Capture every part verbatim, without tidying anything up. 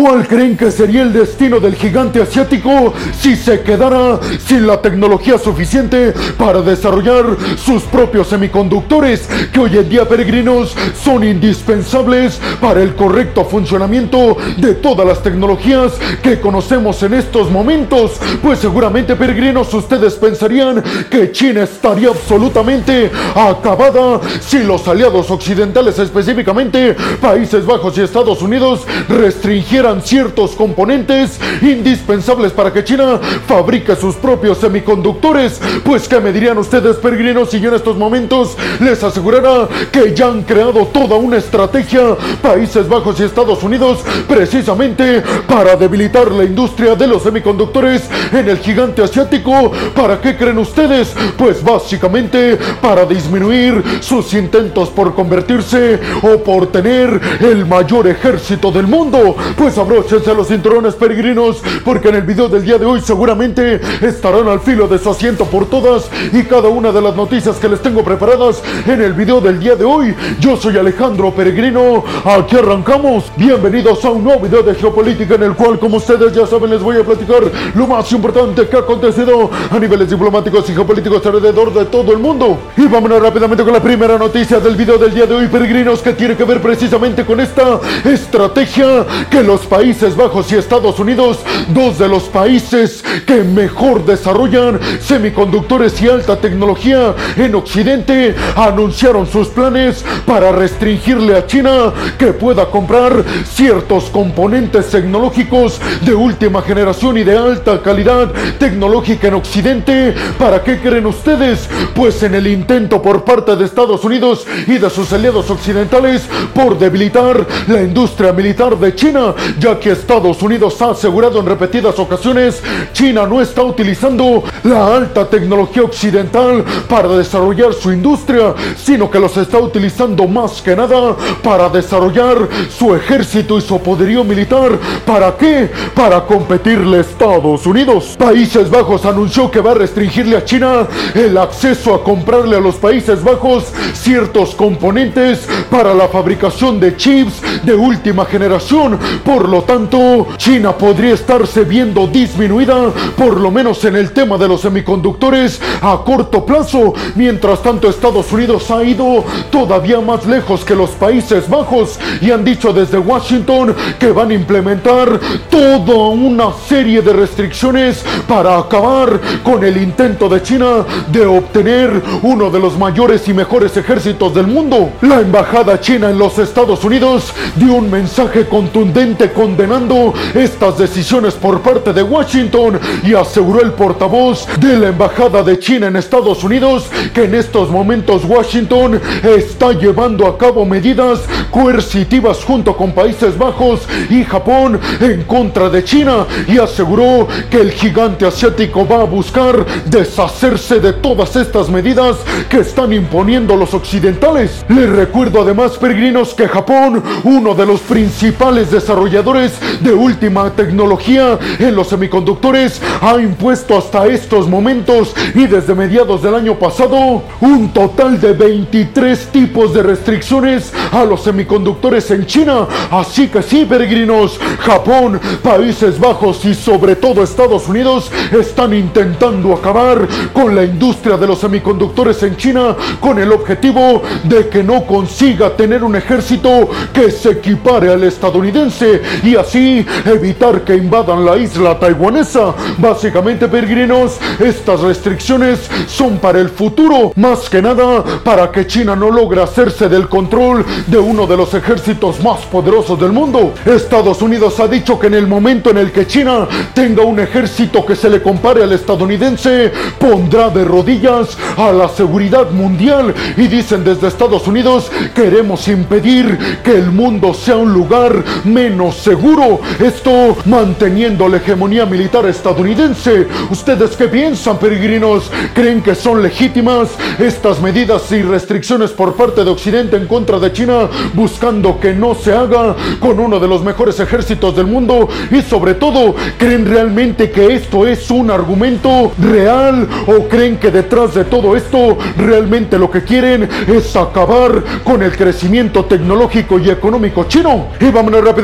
¿Cuál creen que sería el destino del gigante asiático si se quedara sin la tecnología suficiente para desarrollar sus propios semiconductores, que hoy en día, peregrinos, son indispensables para el correcto funcionamiento de todas las tecnologías que conocemos en estos momentos? Pues seguramente, peregrinos, ustedes pensarían que China estaría absolutamente acabada si los aliados occidentales, específicamente Países Bajos y Estados Unidos, restringieran ciertos componentes indispensables para que China fabrique sus propios semiconductores. Pues ¿qué me dirían ustedes, peregrinos, si yo en estos momentos les asegurara que ya han creado toda una estrategia Países Bajos y Estados Unidos precisamente para debilitar la industria de los semiconductores en el gigante asiático? ¿Para qué creen ustedes? Pues básicamente para disminuir sus intentos por convertirse o por tener el mayor ejército del mundo. Pues abróchense los cinturones, peregrinos, porque en el video del día de hoy seguramente estarán al filo de su asiento por todas y cada una de las noticias que les tengo preparadas en el video del día de hoy. Yo soy Alejandro Peregrino, aquí arrancamos. Bienvenidos a un nuevo video de geopolítica en el cual, como ustedes ya saben, les voy a platicar lo más importante que ha acontecido a niveles diplomáticos y geopolíticos alrededor de todo el mundo. Y vámonos rápidamente con la primera noticia del video del día de hoy, peregrinos, que tiene que ver precisamente con esta estrategia que los Países Bajos y Estados Unidos, dos de los países que mejor desarrollan semiconductores y alta tecnología en Occidente, anunciaron sus planes para restringirle a China que pueda comprar ciertos componentes tecnológicos de última generación y de alta calidad tecnológica en Occidente. ¿Para qué creen ustedes? Pues en el intento por parte de Estados Unidos y de sus aliados occidentales por debilitar la industria militar de China, ya que Estados Unidos ha asegurado en repetidas ocasiones China no está utilizando la alta tecnología occidental para desarrollar su industria, sino que los está utilizando más que nada para desarrollar su ejército y su poderío militar. ¿Para qué? Para competirle a Estados Unidos. Países Bajos anunció que va a restringirle a China el acceso a comprarle a los Países Bajos ciertos componentes para la fabricación de chips de última generación. Por lo tanto, China podría estarse viendo disminuida, por lo menos en el tema de los semiconductores a corto plazo. Mientras tanto, Estados Unidos ha ido todavía más lejos que los Países Bajos y han dicho desde Washington que van a implementar toda una serie de restricciones para acabar con el intento de China de obtener uno de los mayores y mejores ejércitos del mundo. La embajada china en los Estados Unidos dio un mensaje contundente condenando estas decisiones por parte de Washington y aseguró el portavoz de la embajada de China en Estados Unidos que en estos momentos Washington está llevando a cabo medidas coercitivas junto con Países Bajos y Japón en contra de China, y aseguró que el gigante asiático va a buscar deshacerse de todas estas medidas que están imponiendo los occidentales. Les recuerdo además, peregrinos, que Japón, uno de los principales desarrolladores de última tecnología en los semiconductores, ha impuesto hasta estos momentos y desde mediados del año pasado un total de veintitrés tipos de restricciones a los semiconductores en China. Así que sí, peregrinos, Japón, Países Bajos y sobre todo Estados Unidos están intentando acabar con la industria de los semiconductores en China con el objetivo de que no consiga tener un ejército que se equipare al estadounidense y así evitar que invadan la isla taiwanesa. Básicamente, peregrinos, estas restricciones son para el futuro, más que nada para que China no logre hacerse del control de uno de los ejércitos más poderosos del mundo. Estados Unidos ha dicho que en el momento en el que China tenga un ejército que se le compare al estadounidense, pondrá de rodillas a la seguridad mundial. Y dicen desde Estados Unidos: queremos impedir que el mundo sea un lugar menos seguro, esto manteniendo la hegemonía militar estadounidense. ¿Ustedes qué piensan, peregrinos? ¿Creen que son legítimas estas medidas y restricciones por parte de Occidente en contra de China, buscando que no se haga con uno de los mejores ejércitos del mundo? Y sobre todo, ¿creen realmente que esto es un argumento real o creen que detrás de todo esto realmente lo que quieren es acabar con el crecimiento tecnológico y económico chino? Y vámonos rápidamente con la segunda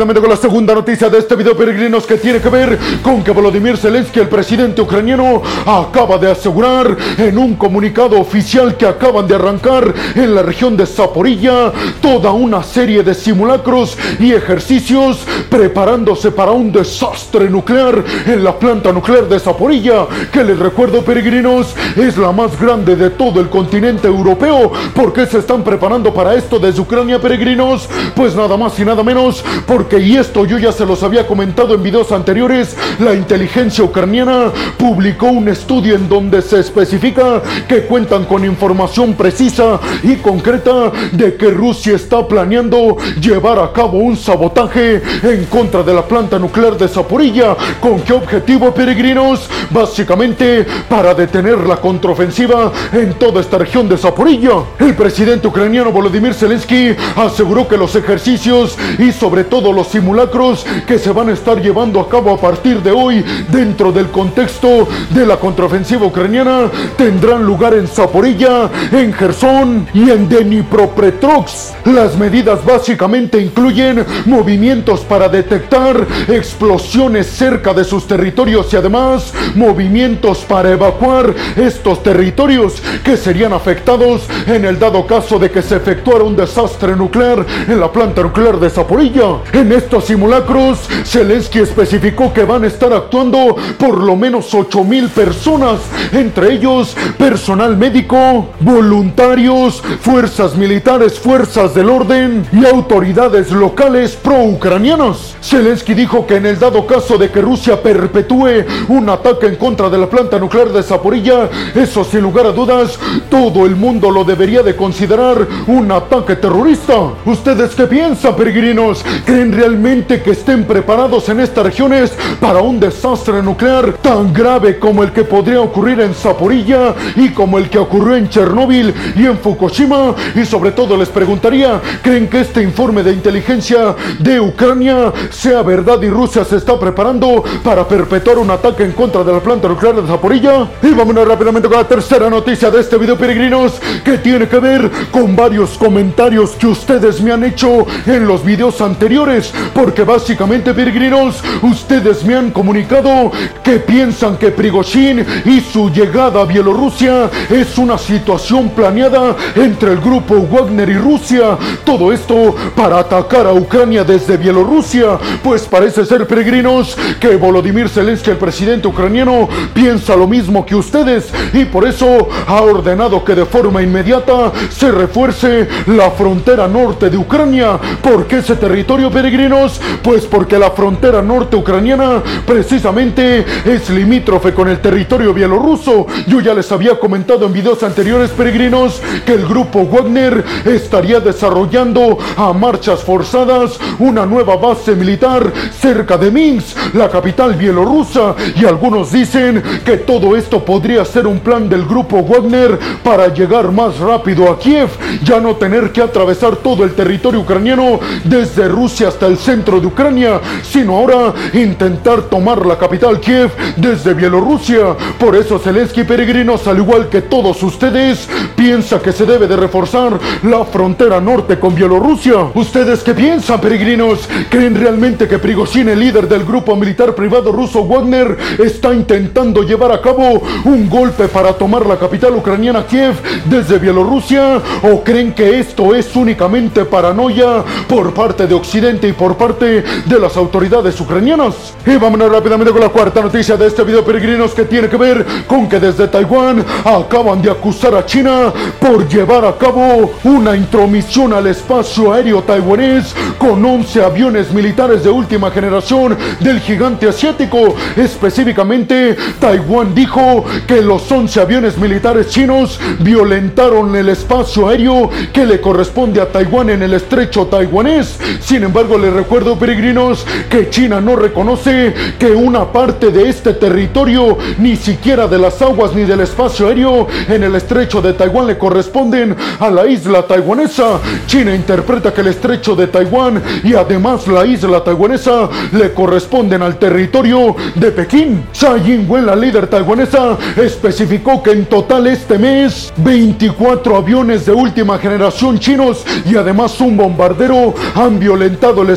Segunda noticia de este video, peregrinos, que tiene que ver con que Volodymyr Zelensky, el presidente ucraniano, acaba de asegurar en un comunicado oficial que acaban de arrancar en la región de Zaporilla toda una serie de simulacros y ejercicios preparándose para un desastre nuclear en la planta nuclear de Zaporilla, que les recuerdo, peregrinos, es la más grande de todo el continente europeo. ¿Por qué se están preparando para esto desde Ucrania, peregrinos? Pues nada más y nada menos porque, y esto yo ya se los había comentado en videos anteriores, la inteligencia ucraniana publicó un estudio en donde se especifica que cuentan con información precisa y concreta de que Rusia está planeando llevar a cabo un sabotaje en contra de la planta nuclear de Zaporilla. ¿Con qué objetivo, peregrinos? Básicamente para detener la contraofensiva en toda esta región de Zaporilla. El presidente ucraniano Volodymyr Zelensky aseguró que los ejercicios y sobre todo los simulacros que se van a estar llevando a cabo a partir de hoy dentro del contexto de la contraofensiva ucraniana tendrán lugar en Zaporilla, en Gerson y en Dnipropetrovsk. Las medidas básicamente incluyen movimientos para detectar explosiones cerca de sus territorios y además movimientos para evacuar estos territorios que serían afectados en el dado caso de que se efectuara un desastre nuclear en la planta nuclear de Zaporilla. En estos simulacros, Zelensky especificó que van a estar actuando por lo menos ocho mil personas, entre ellos personal médico, voluntarios, fuerzas militares, fuerzas del orden y autoridades locales pro-ucranianas. Zelensky dijo que en el dado caso de que Rusia perpetúe un ataque en contra de la planta nuclear de Zaporilla, eso sin lugar a dudas, todo el mundo lo debería de considerar un ataque terrorista. ¿Ustedes qué piensan, peregrinos? ¿Creen realmente que estén preparados en estas regiones para un desastre nuclear tan grave como el que podría ocurrir en Zaporilla y como el que ocurrió en Chernóbil y en Fukushima? Y sobre todo les preguntaría, ¿creen que este informe de inteligencia de Ucrania sea verdad y Rusia se está preparando para perpetuar un ataque en contra de la planta nuclear de Zaporilla? Y vámonos rápidamente con la tercera noticia de este video, peregrinos, que tiene que ver con varios comentarios que ustedes me han hecho en los videos anteriores, porque básicamente, peregrinos, ustedes me han comunicado que piensan que Prigozhin y su llegada a Bielorrusia es una situación planeada entre el grupo Wagner y Rusia, todo esto para atacar a Ucrania desde Bielorrusia. Pues parece ser, peregrinos, que Volodymyr Zelensky, el presidente ucraniano, piensa lo mismo que ustedes y por eso ha ordenado que de forma inmediata se refuerce la frontera norte de Ucrania. ¿Por qué ese territorio, peregrinos? Pues porque la frontera norte ucraniana precisamente es limítrofe con el territorio bielorruso. Yo ya les había comentado en videos anteriores, peregrinos, que el grupo Wagner estaría desarrollando a marchas forzadas una nueva base militar cerca de Minsk, la capital bielorrusa, y algunos dicen que todo esto podría ser un plan del grupo Wagner para llegar más rápido a Kiev, ya no tener que atravesar todo el territorio ucraniano desde Rusia hasta el centro de Ucrania, sino ahora intentar tomar la capital Kiev desde Bielorrusia. Por eso Zelensky, peregrinos, al igual que todos ustedes, piensa que se debe de reforzar la frontera norte con Bielorrusia. ¿Ustedes qué piensan, peregrinos? ¿Creen realmente que Prigozhin, el líder del grupo militar privado ruso Wagner, está intentando llevar a cabo un golpe para tomar la capital ucraniana Kiev desde Bielorrusia? ¿O creen que esto es únicamente paranoia por parte de Occidente y por parte de las autoridades ucranianas? Y vámonos rápidamente con la cuarta noticia de este video, peregrinos, que tiene que ver con que desde Taiwán acaban de acusar a China por llevar a cabo una intromisión al espacio aéreo taiwanés con once aviones militares de última generación del gigante asiático. Específicamente, Taiwán dijo que los once aviones militares chinos violentaron el espacio aéreo que le corresponde a Taiwán en el estrecho taiwanés. Sin embargo, les recuerdo, peregrinos, que China no reconoce que una parte de este territorio, ni siquiera de las aguas ni del espacio aéreo en el estrecho de Taiwán, le corresponden a la isla taiwanesa. China interpreta que el estrecho de Taiwán y además la isla taiwanesa le corresponden al territorio de Pekín. Tsai Ing-wen, la líder taiwanesa, especificó que en total este mes veinticuatro aviones de última generación chinos y además un bombardero han violentado el espacio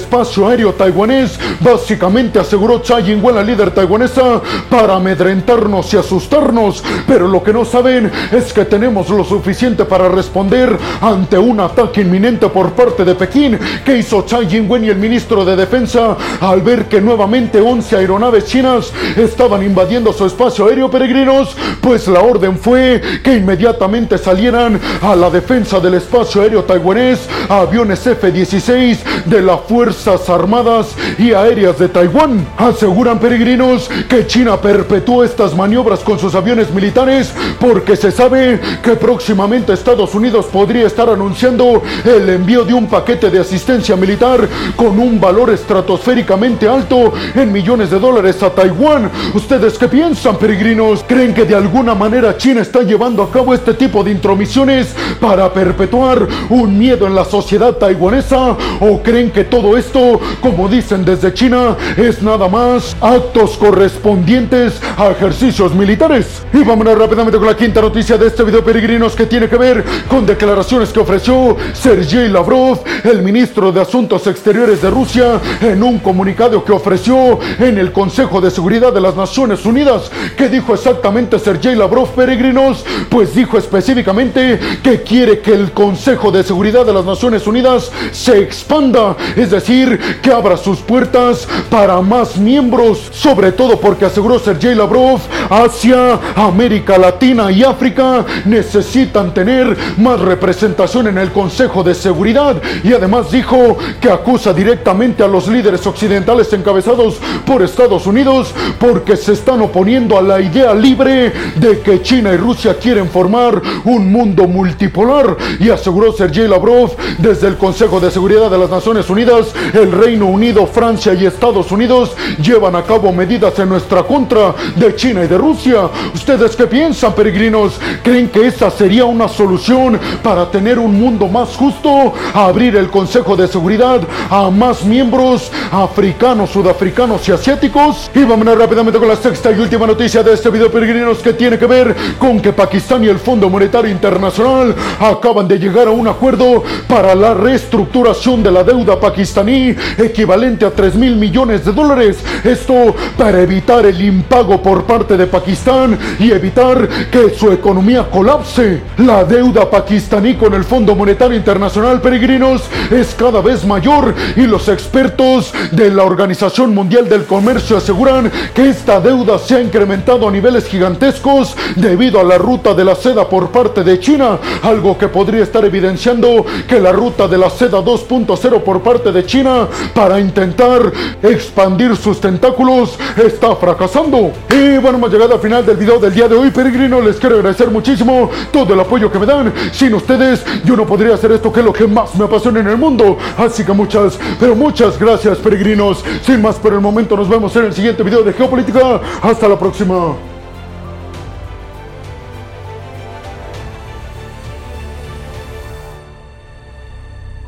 espacio aéreo taiwanés, básicamente aseguró Tsai Ing-wen, la líder taiwanesa, para amedrentarnos y asustarnos, pero lo que no saben es que tenemos lo suficiente para responder ante un ataque inminente por parte de Pekín. ¿Qué hizo Tsai Ing-wen y el ministro de Defensa al ver que nuevamente once aeronaves chinas estaban invadiendo su espacio aéreo, peregrinos? Pues la orden fue que inmediatamente salieran a la defensa del espacio aéreo taiwanés aviones F dieciséis de las Fuerzas Armadas y Aéreas de Taiwán. Aseguran, peregrinos, que China perpetuó estas maniobras con sus aviones militares porque se sabe que próximamente Estados Unidos podría estar anunciando el envío de un paquete de asistencia militar con un valor estratosféricamente alto en millones de dólares a Taiwán. ¿Ustedes qué piensan, peregrinos? ¿Creen que de alguna manera China está llevando a cabo este tipo de intromisiones para perpetuar un miedo en la sociedad taiwanesa? ¿O creen que todo esto, como dicen desde China, es nada más actos correspondientes a ejercicios militares? Y vámonos rápidamente con la quinta noticia de este video, peregrinos, que tiene que ver con declaraciones que ofreció Sergei Lavrov, el ministro de Asuntos Exteriores de Rusia, en un comunicado que ofreció en el Consejo de Seguridad de las Naciones Unidas. ¿Qué dijo exactamente Sergei Lavrov, peregrinos? Pues dijo específicamente que quiere que el Consejo de Seguridad de las Naciones Unidas se expanda, es decir, que abra sus puertas para más miembros, sobre todo porque, aseguró Sergei Lavrov, Asia, América Latina y África necesitan tener más representación en el Consejo de Seguridad. Y además dijo que acusa directamente a los líderes occidentales encabezados por Estados Unidos porque se están oponiendo a la idea libre de que China y Rusia quieren formar un mundo multipolar. Y aseguró Sergei Lavrov, desde el Consejo de Seguridad de las Naciones Unidas, el Reino Unido, Francia y Estados Unidos llevan a cabo medidas en nuestra contra de China y de Rusia. ¿Ustedes qué piensan, peregrinos? ¿Creen que esa sería una solución para tener un mundo más justo? Abrir el Consejo de Seguridad a más miembros africanos, sudafricanos y asiáticos. Y vámonos rápidamente con la sexta y última noticia de este video, peregrinos, que tiene que ver con que Pakistán y el Fondo Monetario Internacional acaban de llegar a un acuerdo para la reestructuración de la deuda pakistaní, equivalente a tres mil millones de dólares. Esto para evitar el impago por parte de Pakistán y evitar que su economía colapse. La deuda pakistaní con el Fondo Monetario Internacional, peregrinos, es cada vez mayor, y los expertos de la Organización Mundial del Comercio aseguran que esta deuda se ha incrementado a niveles gigantescos debido a la ruta de la seda por parte de China, algo que podría estar evidenciando que la ruta de la seda dos punto cero por parte de China para intentar expandir sus tentáculos está fracasando. Y bueno, hemos llegado al final del video del día de hoy, peregrinos. Les quiero agradecer muchísimo todo el apoyo que me dan. Sin ustedes yo no podría hacer esto, que es lo que más me apasiona en el mundo. Así que muchas, pero muchas gracias, peregrinos. Sin más por el momento, nos vemos en el siguiente video de Geopolítica. Hasta la próxima.